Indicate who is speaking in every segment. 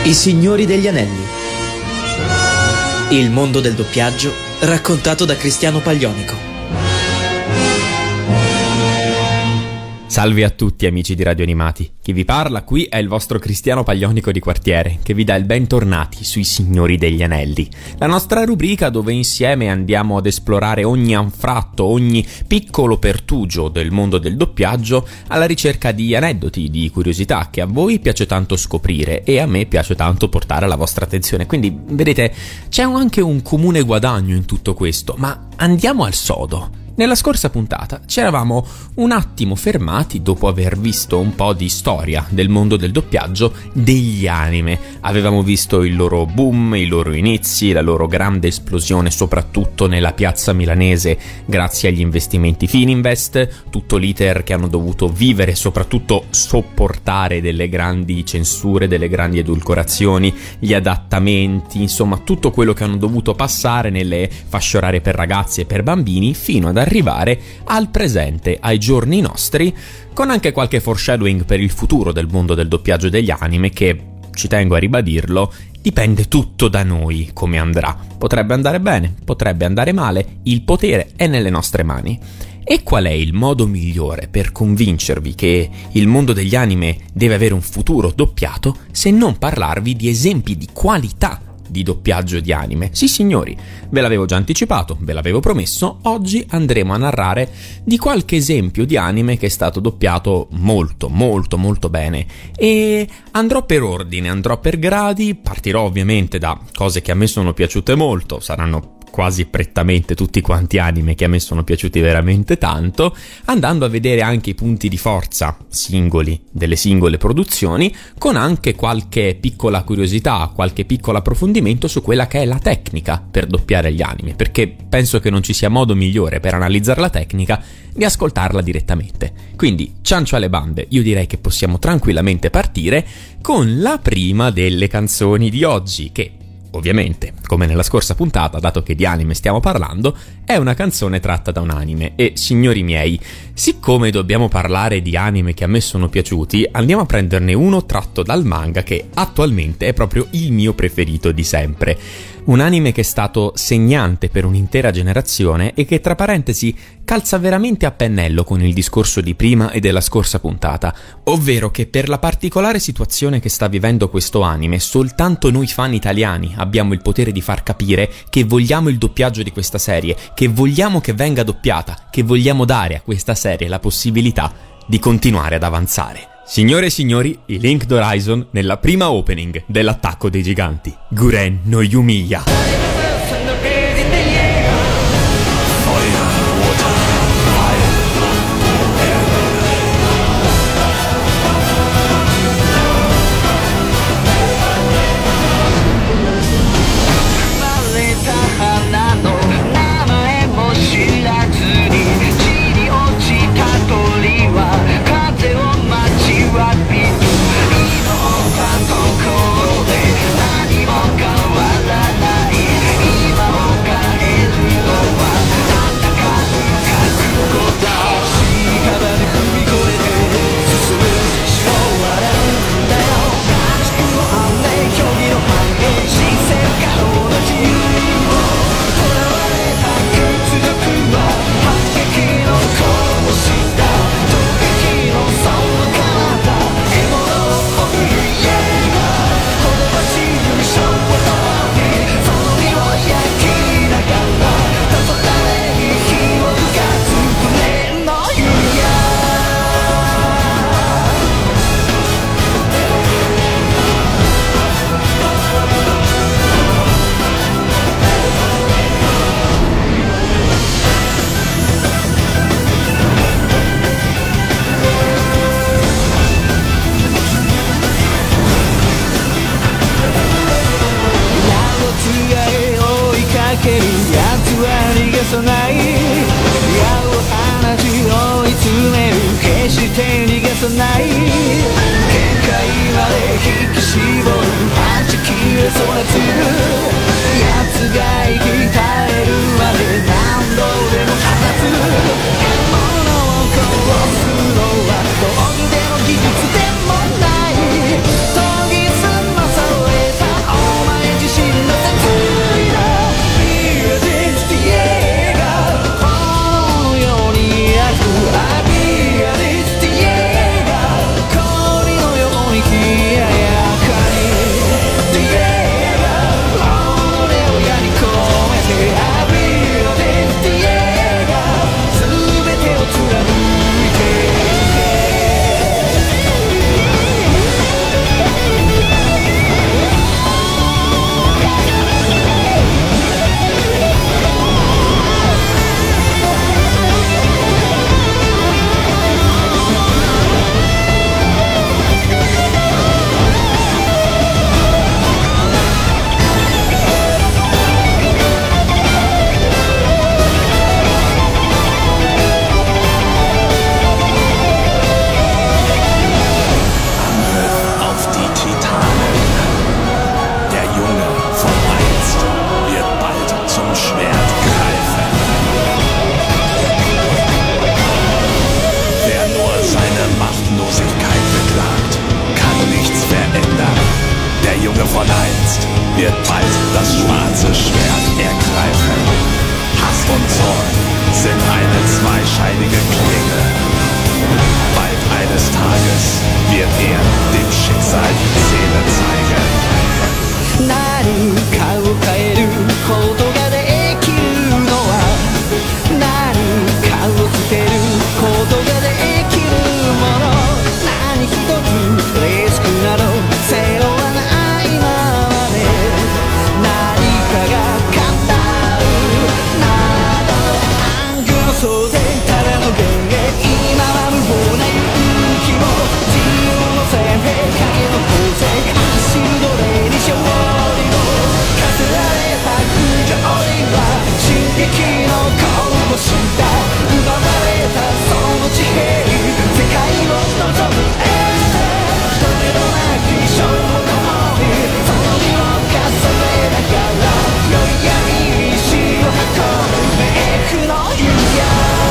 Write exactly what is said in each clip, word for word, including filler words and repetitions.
Speaker 1: I Signori degli Anelli. Il mondo del doppiaggio raccontato da Cristiano Paglionico.
Speaker 2: Salve a tutti amici di Radio Animati, chi vi parla qui è il vostro Cristiano Paglionico di quartiere che vi dà il bentornati sui Signori degli Anelli, la nostra rubrica dove insieme andiamo ad esplorare ogni anfratto, ogni piccolo pertugio del mondo del doppiaggio alla ricerca di aneddoti, di curiosità che a voi piace tanto scoprire e a me piace tanto portare alla vostra attenzione. Quindi vedete, c'è anche un comune guadagno in tutto questo, ma andiamo al sodo. Nella scorsa puntata ci eravamo un attimo fermati dopo aver visto un po' di storia del mondo del doppiaggio degli anime. Avevamo visto il loro boom, i loro inizi, la loro grande esplosione soprattutto nella piazza milanese grazie agli investimenti Fininvest, tutto l'iter che hanno dovuto vivere e soprattutto sopportare delle grandi censure, delle grandi edulcorazioni, gli adattamenti, insomma tutto quello che hanno dovuto passare nelle fasce orarie per ragazzi e per bambini fino ad arrivare al presente, ai giorni nostri, con anche qualche foreshadowing per il futuro del mondo del doppiaggio degli anime che, ci tengo a ribadirlo, dipende tutto da noi come andrà. Potrebbe andare bene, potrebbe andare male, il potere è nelle nostre mani. E qual è il modo migliore per convincervi che il mondo degli anime deve avere un futuro doppiato se non parlarvi di esempi di qualità di doppiaggio di anime? Sì signori, ve l'avevo già anticipato, ve l'avevo promesso, oggi andremo a narrare di qualche esempio di anime che è stato doppiato molto molto molto bene e andrò per ordine, andrò per gradi, partirò ovviamente da cose che a me sono piaciute molto, saranno quasi prettamente tutti quanti anime che a me sono piaciuti veramente tanto, andando a vedere anche i punti di forza singoli delle singole produzioni, con anche qualche piccola curiosità, qualche piccolo approfondimento su quella che è la tecnica per doppiare gli anime, perché penso che non ci sia modo migliore per analizzare la tecnica di ascoltarla direttamente. Quindi, ciancio alle bande, io direi che possiamo tranquillamente partire con la prima delle canzoni di oggi, che ovviamente, come nella scorsa puntata, dato che di anime stiamo parlando, è una canzone tratta da un anime e, signori miei, siccome dobbiamo parlare di anime che a me sono piaciuti, andiamo a prenderne uno tratto dal manga che attualmente è proprio il mio preferito di sempre. Un anime che è stato segnante per un'intera generazione e che, tra parentesi, calza veramente a pennello con il discorso di prima e della scorsa puntata, ovvero che per la particolare situazione che sta vivendo questo anime, soltanto noi fan italiani abbiamo il potere di far capire che vogliamo il doppiaggio di questa serie, che vogliamo che venga doppiata, che vogliamo dare a questa serie la possibilità di continuare ad avanzare. Signore e signori, i Linked Horizon nella prima opening dell'Attacco dei Giganti, Guren no Yumiya.
Speaker 3: wird bald das schwarze Schwert ergreifen. Hass und Zorn sind eine zweischeinige Klinge. Bald eines Tages wird er dem Schicksal die Zähne zeigen.
Speaker 4: 何かを変えることができるのは何かを捨てることができるもの何一つ嬉しくなど背負わないままで何かが勝ったなど暗愚の想定ただの幻影今は無謀な勇気も自由の生命影の構成走る奴隷に勝利も課せられた苦情には進撃の顔をした奪われたその地平世界を望むどれどなき勝負の帯その身を重ねながら良い闇石を運ぶメイクの指輪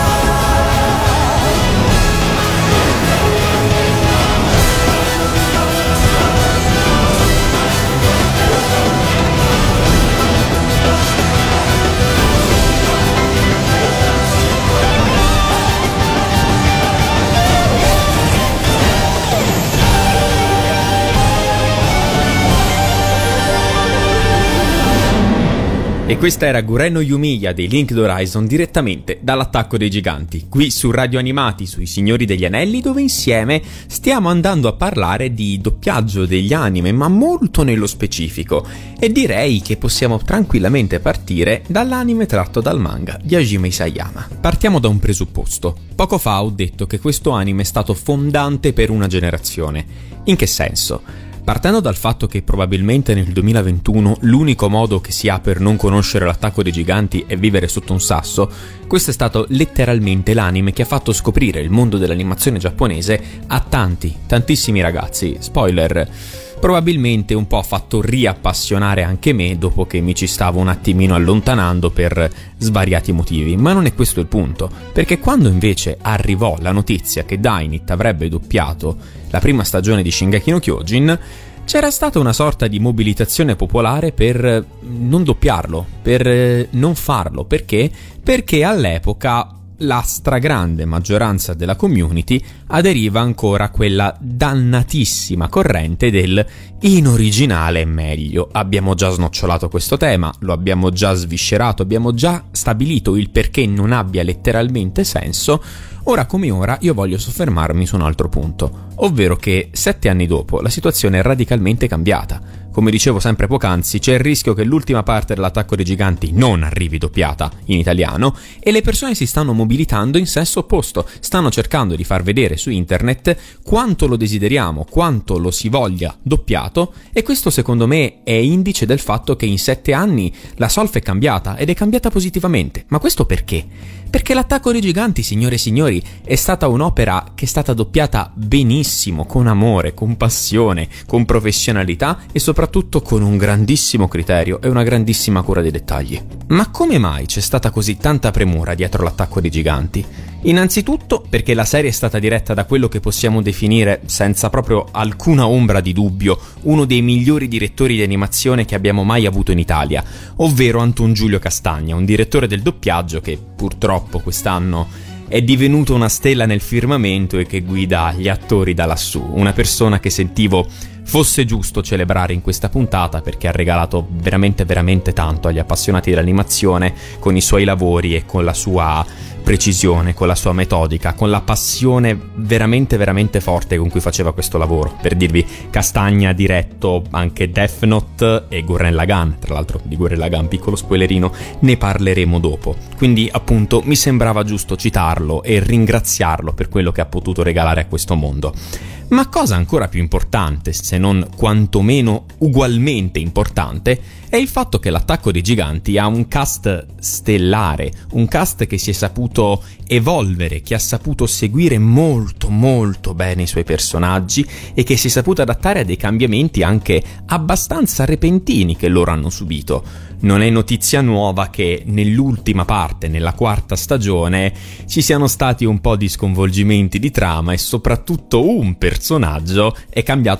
Speaker 2: E questa era Guren no Yumiya dei Linked Horizon direttamente dall'Attacco dei Giganti, qui su Radio Animati sui Signori degli Anelli, dove insieme stiamo andando a parlare di doppiaggio degli anime, ma molto nello specifico, e direi che possiamo tranquillamente partire dall'anime tratto dal manga di Hajime Isayama. Partiamo da un presupposto. Poco fa ho detto che questo anime è stato fondante per una generazione. In che senso? Partendo dal fatto che probabilmente nel duemilaventuno l'unico modo che si ha per non conoscere l'Attacco dei Giganti è vivere sotto un sasso, questo è stato letteralmente l'anime che ha fatto scoprire il mondo dell'animazione giapponese a tanti, tantissimi ragazzi. Spoiler, probabilmente un po' ha fatto riappassionare anche me dopo che mi ci stavo un attimino allontanando per svariati motivi, ma non è questo il punto, perché quando invece arrivò la notizia che Dynit avrebbe doppiato la prima stagione di Shingeki no Kyojin, c'era stata una sorta di mobilitazione popolare per non doppiarlo, per non farlo. Perché? Perché all'epoca la stragrande maggioranza della community aderiva ancora a quella dannatissima corrente del in originale è meglio. Abbiamo già snocciolato questo tema, lo abbiamo già sviscerato, abbiamo già stabilito il perché non abbia letteralmente senso. Ora come ora io voglio soffermarmi su un altro punto, ovvero che sette anni dopo la situazione è radicalmente cambiata. Come dicevo sempre poc'anzi, c'è il rischio che l'ultima parte dell'Attacco dei Giganti non arrivi doppiata in italiano e le persone si stanno mobilitando in senso opposto, stanno cercando di far vedere su internet quanto lo desideriamo, quanto lo si voglia doppiato, e questo secondo me è indice del fatto che in sette anni la solfa è cambiata ed è cambiata positivamente. Ma questo perché? Perché l'Attacco dei Giganti, signore e signori, è stata un'opera che è stata doppiata benissimo, con amore, con passione, con professionalità e soprattutto con un grandissimo criterio e una grandissima cura dei dettagli. Ma come mai c'è stata così tanta premura dietro l'Attacco dei Giganti? Innanzitutto perché la serie è stata diretta da quello che possiamo definire, senza proprio alcuna ombra di dubbio, uno dei migliori direttori di animazione che abbiamo mai avuto in Italia, ovvero Anton Giulio Castagna, un direttore del doppiaggio che purtroppo quest'anno è divenuto una stella nel firmamento e che guida gli attori da lassù, una persona che sentivo fosse giusto celebrare in questa puntata perché ha regalato veramente veramente tanto agli appassionati dell'animazione con i suoi lavori e con la sua precisione, con la sua metodica, con la passione veramente veramente forte con cui faceva questo lavoro. Per dirvi, Castagna ha diretto anche Death Note e Gurren Lagann, tra l'altro di Gurren Lagann, piccolo spoilerino, ne parleremo dopo. Quindi appunto mi sembrava giusto citarlo e ringraziarlo per quello che ha potuto regalare a questo mondo. Ma cosa ancora più importante, se non quantomeno ugualmente importante, è il fatto che l'Attacco dei Giganti ha un cast stellare, un cast che si è saputo evolvere, che ha saputo seguire molto molto bene i suoi personaggi e che si è saputo adattare a dei cambiamenti anche abbastanza repentini che loro hanno subito. Non è notizia nuova che nell'ultima parte, nella quarta stagione, ci siano stati un po' di sconvolgimenti di trama e soprattutto un personaggio è cambiato proprio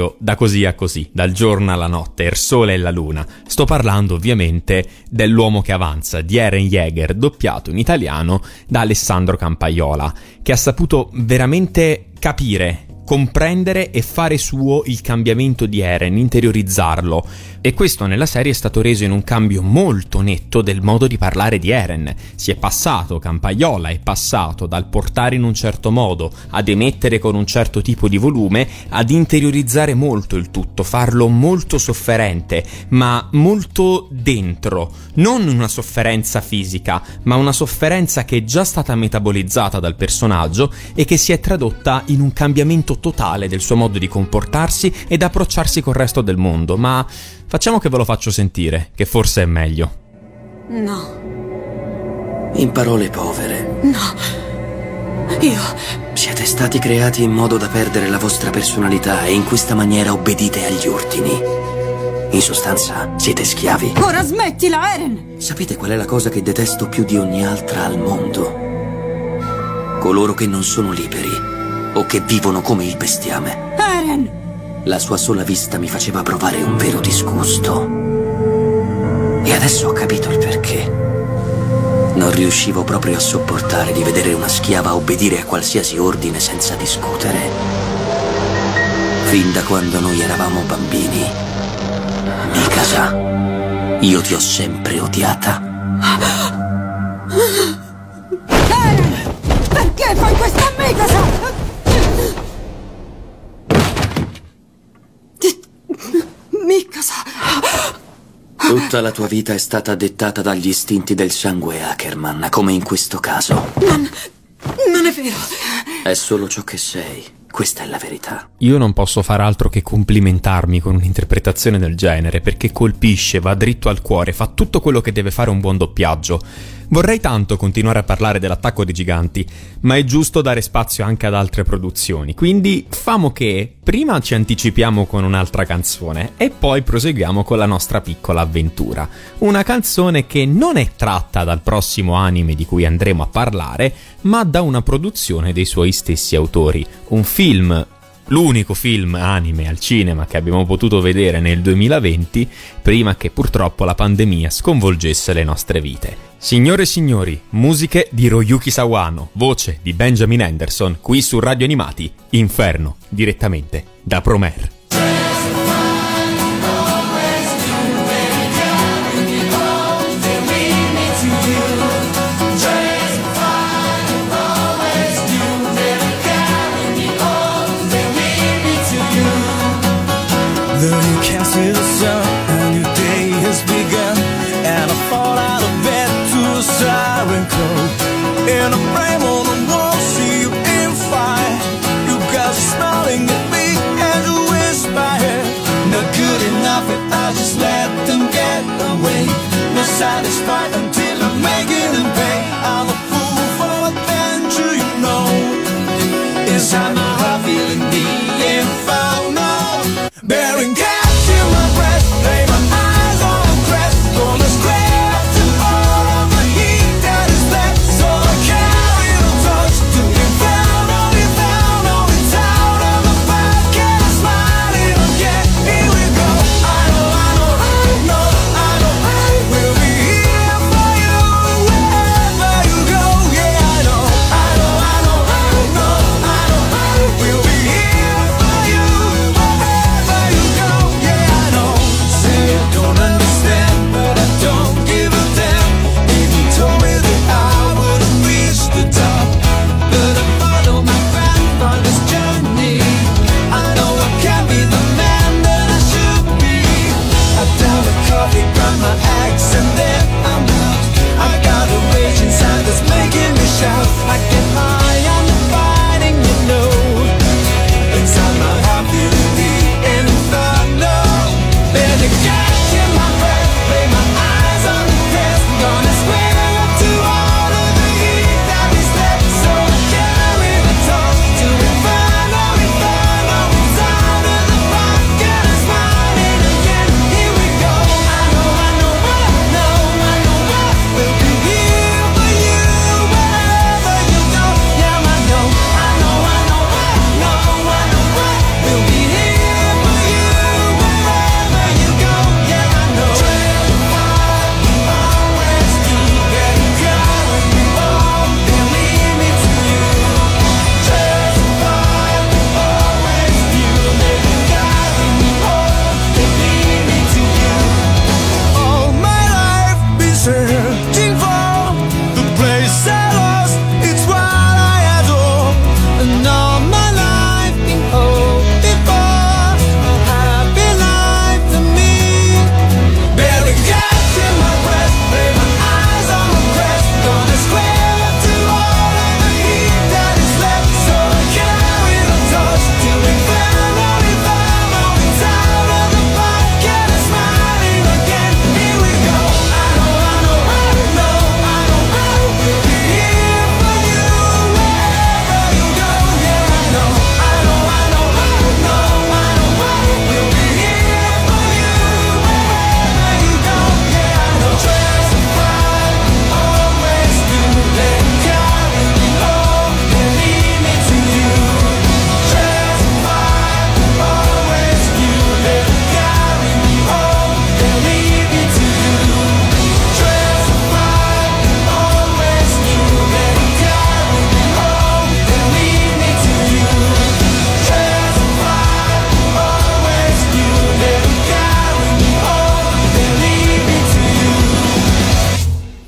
Speaker 2: proprio da così a così, dal giorno alla notte, il sole e la luna. Sto parlando ovviamente dell'uomo che avanza, di Eren Yeager, doppiato in italiano da Alessandro Campaiola, che ha saputo veramente capire, comprendere e fare suo il cambiamento di Eren, interiorizzarlo. E questo nella serie è stato reso in un cambio molto netto del modo di parlare di Eren. Si è passato, Campaiola è passato dal portare in un certo modo, ad emettere con un certo tipo di volume, ad interiorizzare molto il tutto, farlo molto sofferente, ma molto dentro. Non una sofferenza fisica, ma una sofferenza che è già stata metabolizzata dal personaggio e che si è tradotta in un cambiamento totale del suo modo di comportarsi ed approcciarsi col resto del mondo. Ma facciamo che ve lo faccio sentire, che forse è meglio.
Speaker 5: No. In parole povere.
Speaker 4: No. Io...
Speaker 5: Siete stati creati in modo da perdere la vostra personalità e in questa maniera obbedite agli ordini. In sostanza, siete schiavi.
Speaker 4: Ora smettila, Eren!
Speaker 5: Sapete qual è la cosa che detesto più di ogni altra al mondo? Coloro che non sono liberi o che vivono come il bestiame.
Speaker 4: Eren!
Speaker 5: La sua sola vista mi faceva provare un vero disgusto. E adesso ho capito il perché. Non riuscivo proprio a sopportare di vedere una schiava obbedire a qualsiasi ordine senza discutere. Fin da quando noi eravamo bambini. Mikasa, io ti ho sempre odiata.
Speaker 4: Eren! Perché fai questo a Mikasa? Mikasa!
Speaker 5: Tutta la tua vita è stata dettata dagli istinti del sangue Ackerman, come in questo caso.
Speaker 4: Non... non è vero.
Speaker 5: È solo ciò che sei. Questa è la verità.
Speaker 2: Io non posso far altro che complimentarmi con un'interpretazione del genere, perché colpisce, va dritto al cuore, fa tutto quello che deve fare un buon doppiaggio. Vorrei tanto continuare a parlare dell'attacco dei giganti, ma è giusto dare spazio anche ad altre produzioni, quindi famo che prima ci anticipiamo con un'altra canzone e poi proseguiamo con la nostra piccola avventura. Una canzone che non è tratta dal prossimo anime di cui andremo a parlare, ma da una produzione dei suoi stessi autori, un film, l'unico film anime al cinema che abbiamo potuto vedere nel duemilaventi, prima che purtroppo la pandemia sconvolgesse le nostre vite. Signore e signori, musiche di Ryuki Sawano, voce di Benjamin Henderson, qui su Radio Animati, Inferno, direttamente da Promare.
Speaker 6: In a frame on the wall, see you in fire. You guys are smiling at me and you inspire. Not good enough and I just let them get away. Not satisfied until I'm making them pay. I'm a fool for adventure, you know. Inside my heart feeling the inferno. Bearing catch in my breath, lay my eyes on the crest. Gonna scrape to all of the heat that is left. So I carry the torch to the inferno, inferno. It's out of the back and I'm smiling again. Here we go. I know, I know, I know, I know I will be here for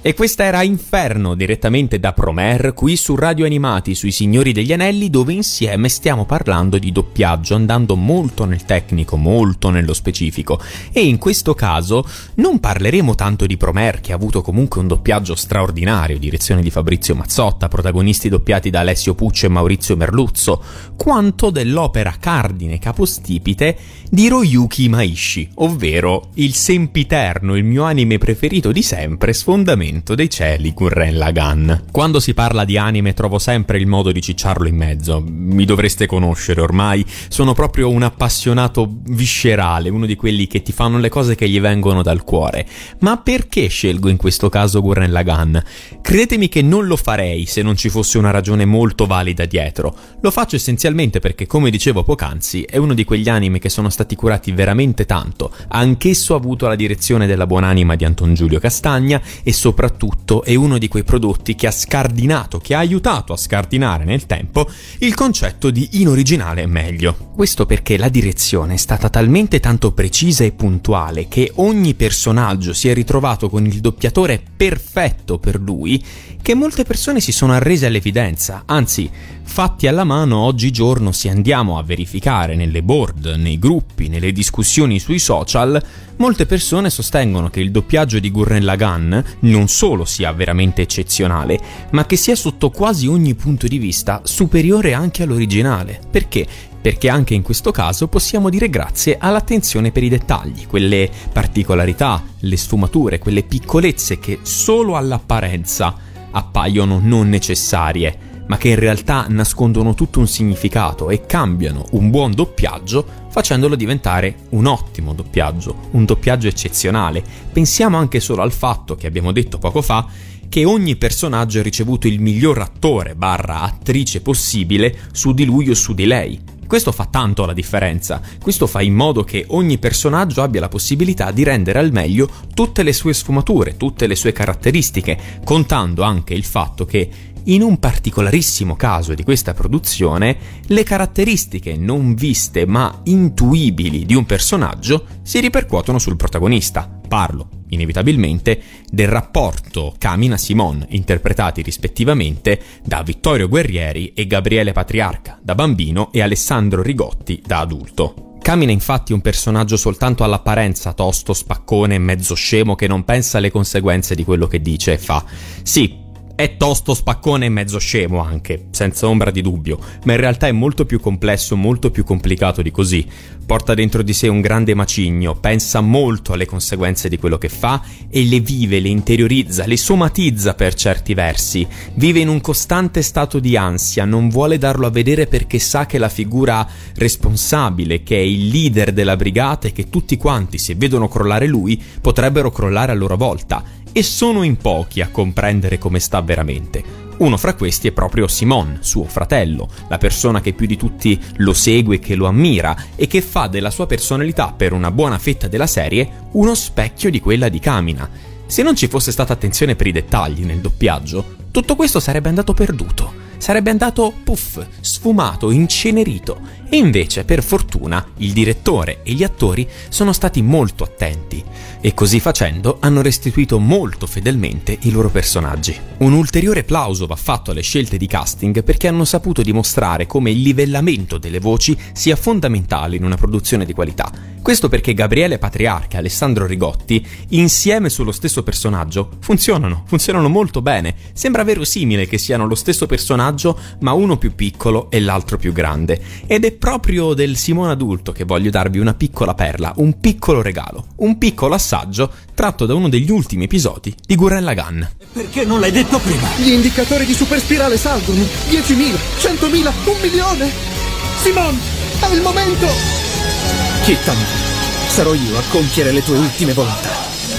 Speaker 2: E questa era Inferno, direttamente da Promare, qui su Radio Animati, sui Signori degli Anelli, dove insieme stiamo parlando di doppiaggio, andando molto nel tecnico, molto nello specifico. E in questo caso non parleremo tanto di Promare, che ha avuto comunque un doppiaggio straordinario, direzione di Fabrizio Mazzotta, protagonisti doppiati da Alessio Puccio e Maurizio Merluzzo, quanto dell'opera cardine capostipite di Hiroyuki Imaishi, ovvero il sempiterno, il mio anime preferito di sempre, Sfondamento dei cieli, Gurren Lagann. Quando si parla di anime trovo sempre il modo di cicciarlo in mezzo, mi dovreste conoscere ormai, sono proprio un appassionato viscerale, uno di quelli che ti fanno le cose che gli vengono dal cuore. Ma perché scelgo in questo caso Gurren Lagann? Credetemi che non lo farei se non ci fosse una ragione molto valida dietro. Lo faccio essenzialmente perché, come dicevo poc'anzi, è uno di quegli anime che sono stati curati veramente tanto. Anch'esso ha avuto la direzione della buonanima di Anton Giulio Castagna e soprattutto è uno di quei prodotti che ha scardinato, che ha aiutato a scardinare nel tempo il concetto di in originale è meglio. Questo perché la direzione è stata talmente tanto precisa e puntuale che ogni personaggio si è ritrovato con il doppiatore perfetto per lui, che molte persone si sono arrese all'evidenza. Anzi, fatti alla mano, oggigiorno, se andiamo a verificare nelle board, nei gruppi, nelle discussioni sui social, molte persone sostengono che il doppiaggio di Gurren Lagann non solo sia veramente eccezionale, ma che sia sotto quasi ogni punto di vista superiore anche all'originale. Perché? Perché anche in questo caso possiamo dire grazie all'attenzione per i dettagli, quelle particolarità, le sfumature, quelle piccolezze che solo all'apparenza appaiono non necessarie, ma che in realtà nascondono tutto un significato e cambiano un buon doppiaggio facendolo diventare un ottimo doppiaggio, un doppiaggio eccezionale. Pensiamo anche solo al fatto che abbiamo detto poco fa che ogni personaggio ha ricevuto il miglior attore barra attrice possibile su di lui o su di lei. Questo fa tanto la differenza, questo fa in modo che ogni personaggio abbia la possibilità di rendere al meglio tutte le sue sfumature, tutte le sue caratteristiche, contando anche il fatto che in un particolarissimo caso di questa produzione, le caratteristiche non viste ma intuibili di un personaggio si ripercuotono sul protagonista. Parlo, inevitabilmente, del rapporto Camina-Simon, interpretati rispettivamente da Vittorio Guerrieri e Gabriele Patriarca, da bambino, e Alessandro Rigotti, da adulto. Camina infatti è un personaggio soltanto all'apparenza tosto, spaccone e mezzo scemo che non pensa alle conseguenze di quello che dice e fa. Sì, è tosto, spaccone e mezzo scemo anche, senza ombra di dubbio, ma in realtà è molto più complesso, molto più complicato di così. Porta dentro di sé un grande macigno, pensa molto alle conseguenze di quello che fa e le vive, le interiorizza, le somatizza per certi versi. Vive in un costante stato di ansia, non vuole darlo a vedere perché sa che la figura responsabile, che è il leader della brigata e che tutti quanti, se vedono crollare lui, potrebbero crollare a loro volta. E sono in pochi a comprendere come sta veramente. Uno fra questi è proprio Simon, suo fratello, la persona che più di tutti lo segue e che lo ammira e che fa della sua personalità, per una buona fetta della serie, uno specchio di quella di Camina. Se non ci fosse stata attenzione per i dettagli nel doppiaggio, tutto questo sarebbe andato perduto. Sarebbe andato puff, sfumato, incenerito. E invece, per fortuna, il direttore e gli attori sono stati molto attenti e così facendo hanno restituito molto fedelmente i loro personaggi. Un ulteriore plauso va fatto alle scelte di casting perché hanno saputo dimostrare come il livellamento delle voci sia fondamentale in una produzione di qualità. Questo perché Gabriele Patriarca e Alessandro Rigotti, insieme sullo stesso personaggio, funzionano, funzionano molto bene. Sembra verosimile che siano lo stesso personaggio, ma uno più piccolo e l'altro più grande. Ed è proprio del Simone adulto che voglio darvi una piccola perla, un piccolo regalo, un piccolo assaggio tratto da uno degli ultimi episodi di Gurren Lagann.
Speaker 7: Perché non l'hai detto prima?
Speaker 8: Gli indicatori di superspirale salgono. diecimila, centomila, un milione. Simon, è il momento!
Speaker 7: Kittan, sarò io a compiere le tue ultime volontà.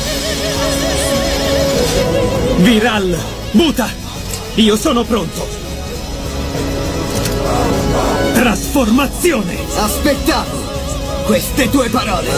Speaker 7: Viral, muta! Io sono pronto! Trasformazione!
Speaker 8: Aspettavo queste tue parole!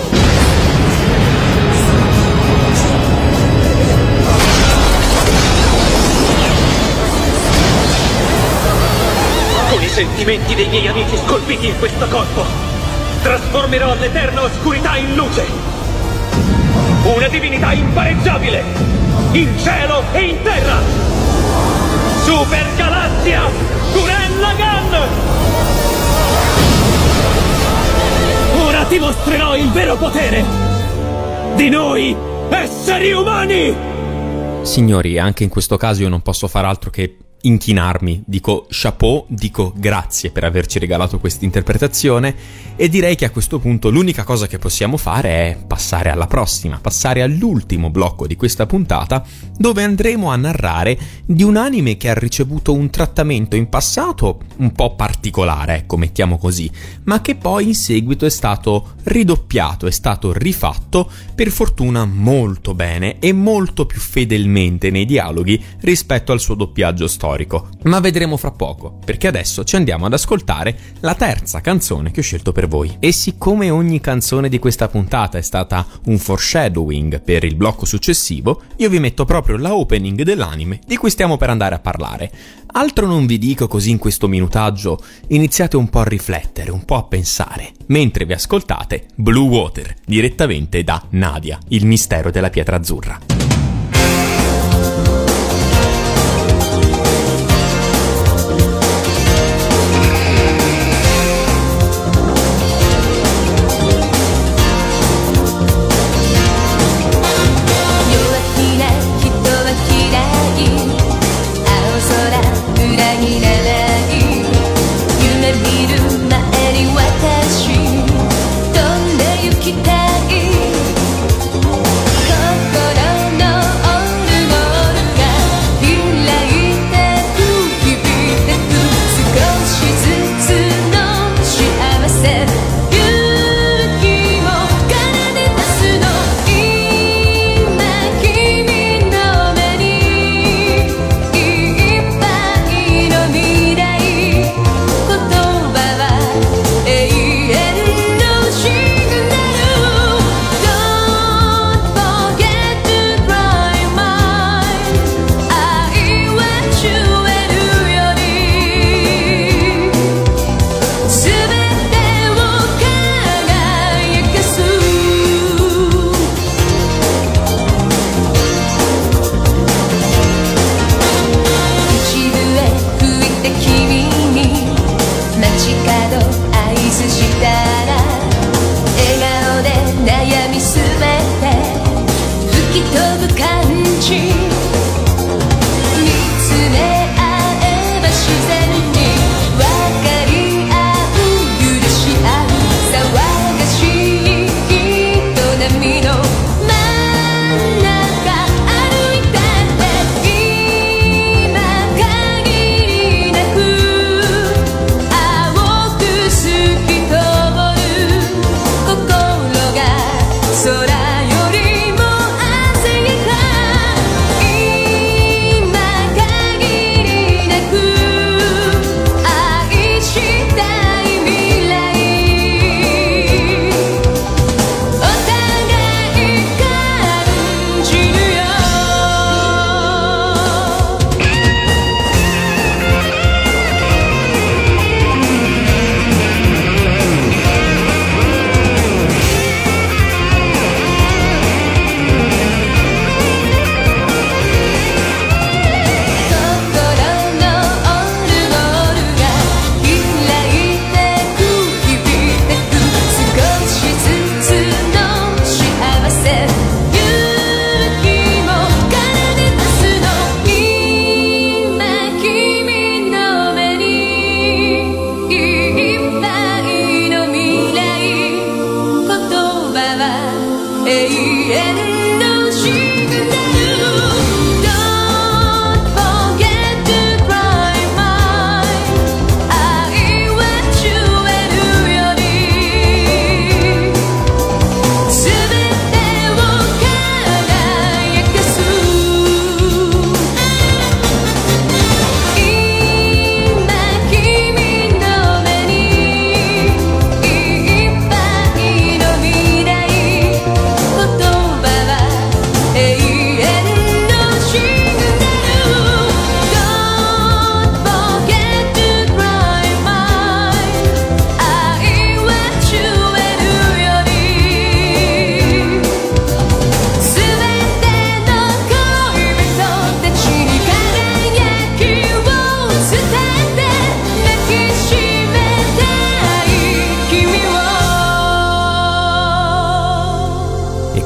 Speaker 7: Con i sentimenti dei miei amici scolpiti in questo corpo, trasformerò l'eterna oscurità in luce!
Speaker 9: una divinità impareggiabile, in cielo e in terra. Super Galattia Gurren Lagann! Ora ti mostrerò il vero potere di noi esseri umani!
Speaker 2: Signori, anche in questo caso io non posso far altro che inchinarmi, dico chapeau, dico grazie per averci regalato questa interpretazione e direi che a questo punto l'unica cosa che possiamo fare è passare alla prossima, passare all'ultimo blocco di questa puntata, dove andremo a narrare di un anime che ha ricevuto un trattamento in passato un po' particolare, ecco, mettiamo così, ma che poi in seguito è stato ridoppiato, è stato rifatto, per fortuna molto bene e molto più fedelmente nei dialoghi rispetto al suo doppiaggio storico. Ma vedremo fra poco, perché adesso ci andiamo ad ascoltare la terza canzone che ho scelto per voi. E siccome ogni canzone di questa puntata è stata un foreshadowing per il blocco successivo, io vi metto proprio la opening dell'anime di cui stiamo per andare a parlare. Altro non vi dico così in questo minutaggio, iniziate un po' a riflettere, un po' a pensare, mentre vi ascoltate Blue Water, direttamente da Nadia, il mistero della pietra azzurra.
Speaker 10: こと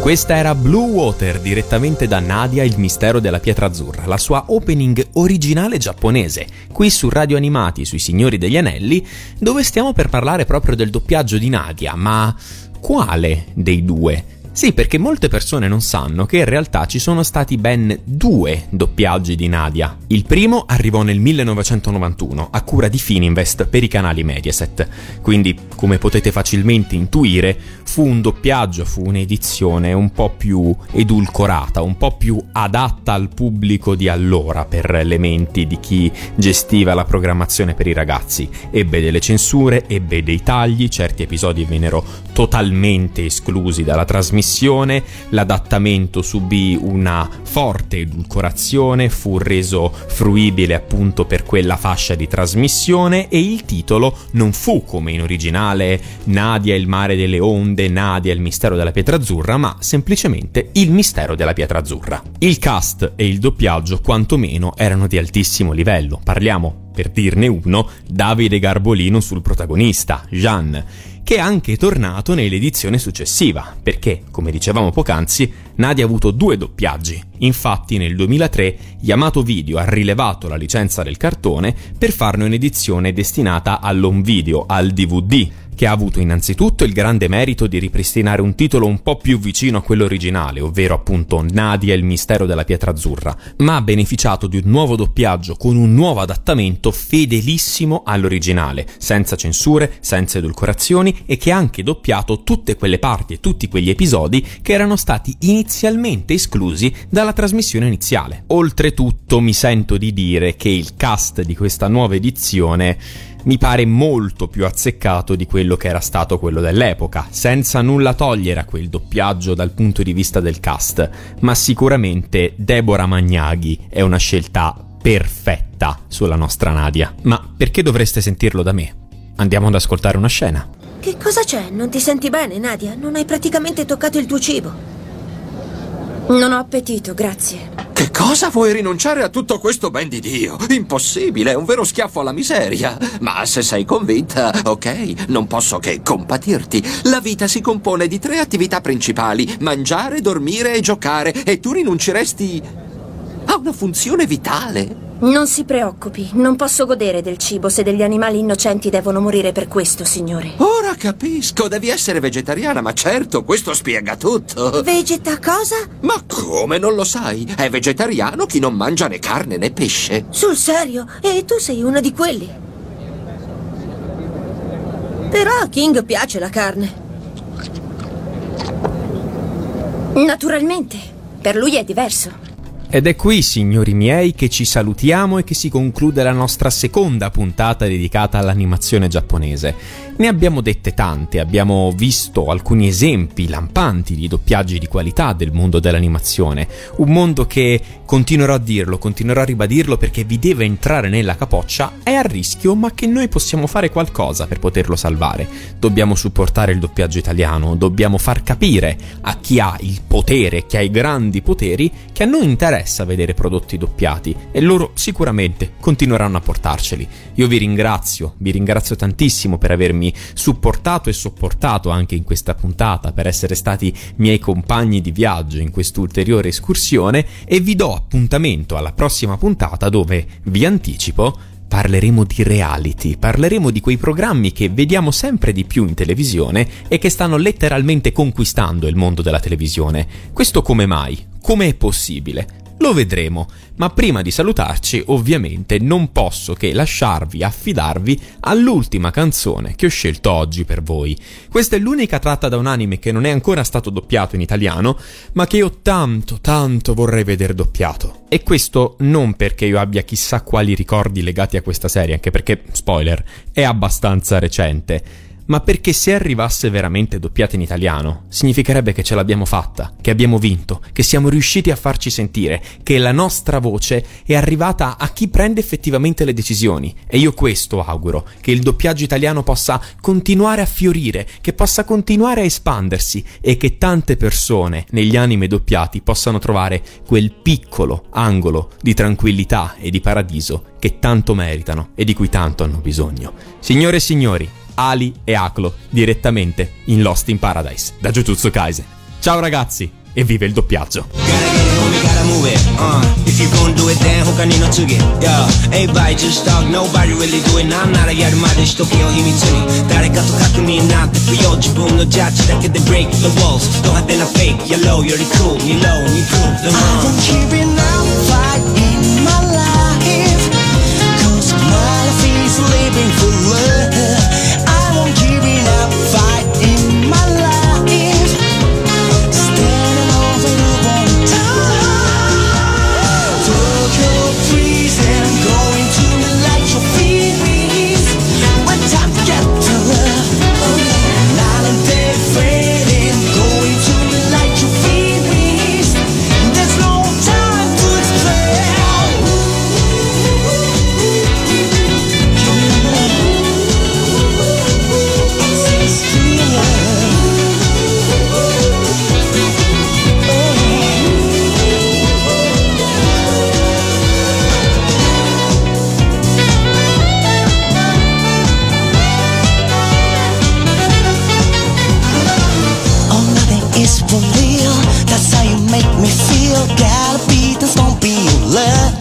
Speaker 2: Questa era Blue Water, direttamente da Nadia, il mistero della pietra azzurra, la sua opening originale giapponese, qui su Radio Animati, sui Signori degli Anelli, dove stiamo per parlare proprio del doppiaggio di Nadia, ma quale dei due? Sì, perché molte persone non sanno che in realtà ci sono stati ben due doppiaggi di Nadia. Il primo arrivò nel millenovecentonovantuno a cura di Fininvest per i canali Mediaset, quindi come potete facilmente intuire fu un doppiaggio, fu un'edizione un po' più edulcorata, un po' più adatta al pubblico di allora per le menti di chi gestiva la programmazione per i ragazzi. Ebbe delle censure, ebbe dei tagli, certi episodi vennero totalmente esclusi dalla trasmissione, l'adattamento subì una forte edulcorazione, fu reso fruibile appunto per quella fascia di trasmissione e il titolo non fu come in originale Nadia il mare delle onde, Nadia il mistero della pietra azzurra, ma semplicemente il mistero della pietra azzurra. Il cast e il doppiaggio quantomeno erano di altissimo livello, parliamo, per dirne uno, Davide Garbolino sul protagonista, Jean, che è anche tornato nell'edizione successiva, perché, come dicevamo poc'anzi, Nadia ha avuto due doppiaggi. Infatti nel duemilatré Yamato Video ha rilevato la licenza del cartone per farne un'edizione destinata all'home video, al D V D, che ha avuto innanzitutto il grande merito di ripristinare un titolo un po' più vicino a quello originale, ovvero appunto Nadia il mistero della pietra azzurra, ma ha beneficiato di un nuovo doppiaggio con un nuovo adattamento fedelissimo all'originale, senza censure, senza edulcorazioni, e che ha anche doppiato tutte quelle parti e tutti quegli episodi che erano stati inizialmente esclusi dalla trasmissione iniziale. Oltretutto mi sento di dire che il cast di questa nuova edizione mi pare molto più azzeccato di quello che era stato quello dell'epoca, senza nulla togliere a quel doppiaggio dal punto di vista del cast, ma sicuramente Deborah Magnaghi è una scelta perfetta sulla nostra Nadia. Ma perché dovreste sentirlo da me? Andiamo ad ascoltare una scena.
Speaker 10: Che cosa c'è? Non ti senti bene, Nadia? Non hai praticamente toccato il tuo cibo. Non ho appetito, grazie.
Speaker 11: Che cosa? Vuoi rinunciare a tutto questo, ben di Dio? Impossibile, è un vero schiaffo alla miseria. Ma se sei convinta, ok, non posso che compatirti. La vita si compone di tre attività principali: mangiare, dormire e giocare. E tu rinunceresti a una funzione vitale?
Speaker 10: Non si preoccupi, non posso godere del cibo se degli animali innocenti devono morire per questo, signore.
Speaker 11: Ora capisco, devi essere vegetariana, ma certo, questo spiega tutto.
Speaker 10: Vegeta cosa?
Speaker 11: Ma come, non lo sai? È vegetariano chi non mangia né carne né pesce.
Speaker 10: Sul serio? E tu sei uno di quelli? Però a King piace la carne. Naturalmente, per lui è diverso.
Speaker 2: Ed è qui, signori miei, che ci salutiamo e che si conclude la nostra seconda puntata dedicata all'animazione giapponese. Ne abbiamo dette tante, abbiamo visto alcuni esempi lampanti di doppiaggi di qualità del mondo dell'animazione, un mondo che, continuerò a dirlo, continuerò a ribadirlo perché vi deve entrare nella capoccia, è a rischio, ma che noi possiamo fare qualcosa per poterlo salvare. Dobbiamo supportare il doppiaggio italiano, dobbiamo far capire a chi ha il potere, chi ha i grandi poteri, che a noi interessa vedere prodotti doppiati e loro sicuramente continueranno a portarceli. Io vi ringrazio, vi ringrazio tantissimo per avermi supportato e sopportato anche in questa puntata, per essere stati miei compagni di viaggio in quest'ulteriore escursione, e vi do appuntamento alla prossima puntata dove, vi anticipo, parleremo di reality, parleremo di quei programmi che vediamo sempre di più in televisione e che stanno letteralmente conquistando il mondo della televisione. Questo come mai? Come è possibile? Lo vedremo, ma prima di salutarci ovviamente non posso che lasciarvi affidarvi all'ultima canzone che ho scelto oggi per voi. Questa è l'unica tratta da un anime che non è ancora stato doppiato in italiano, ma che io tanto tanto vorrei vedere doppiato. E questo non perché io abbia chissà quali ricordi legati a questa serie, anche perché, spoiler, è abbastanza recente, ma perché se arrivasse veramente doppiata in italiano, significherebbe che ce l'abbiamo fatta, che abbiamo vinto, che siamo riusciti a farci sentire, che la nostra voce è arrivata a chi prende effettivamente le decisioni. E io questo auguro, che il doppiaggio italiano possa continuare a fiorire, che possa continuare a espandersi e che tante persone negli anime doppiati possano trovare quel piccolo angolo di tranquillità e di paradiso che tanto meritano e di cui tanto hanno bisogno. Signore e signori, Ali e Aklo direttamente in Lost in Paradise da Jujutsu Kaisen. Ciao ragazzi, e vive il doppiaggio.
Speaker 12: Gotta move it, uh If you gon' do it then 他にの次 Yeah Everybody just talk Nobody really do it なんならやるまでしとけよ秘密に誰かと確認なんて不要自分のジャッジだけで break the walls ド派手な fake Yellow より cool 二ローに prove the wrong
Speaker 4: I'm keeping up fight in my life Cause my life is living for love I won't give it up fight in my life Standing over the one time Tokyo freezing Going to the light your feelings When time to get to love Night and day fading Going to the light your feelings There's no time to explain It's real love Oh, nothing is for real. That's how you make me feel. Gotta be, this gon' be your love.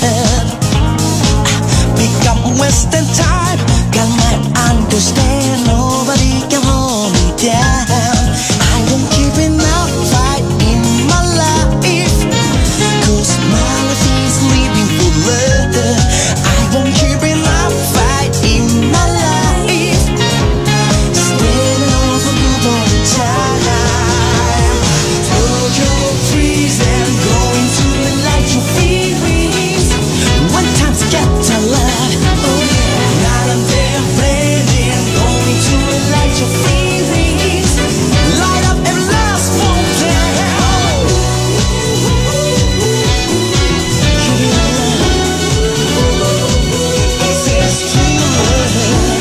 Speaker 4: Pick up wasting time. Got my understand. Nobody can hold me down. I won't give it up fight in my life. Cause my life is living for love. I won't give it up fight in my life. Standing over you all the time. Tokyo freezing, going to the light your feelings. When times get to love, oh yeah. Night and day I'm fading, going to the light your feelings. Light up and last one down. It's just true love.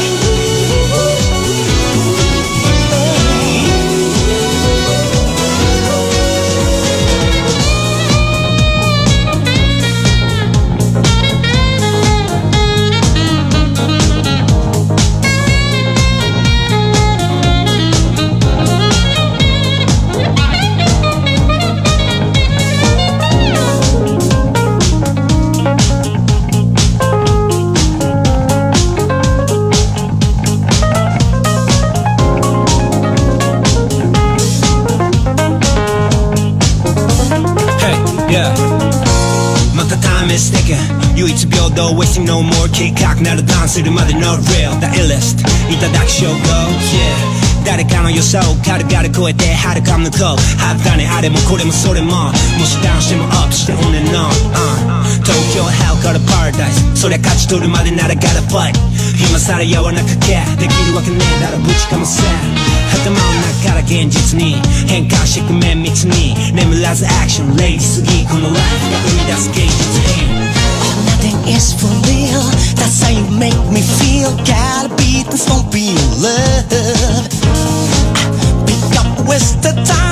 Speaker 12: Hey, yeah また time is ticking 唯一平等 wasting no more 計画なるダンスするまで no real The illest いただき勝負 Yeah 誰かの予想軽々超えて遥か向こうはったねあれもこれもそれももしダウンしてもアップして on and on、uh、東京 hell から paradise そりゃ勝ち取るまでなら gotta fight 今さらやわなかけできるわけねえだろぶちかませ頭の中から現実に変換してく綿密に眠らずアクションレイジすぎこのライフが生み出す芸術品
Speaker 4: Nothing is for real. That's how you make me feel. Gotta be, this won't be your love. I pick up, waste the time.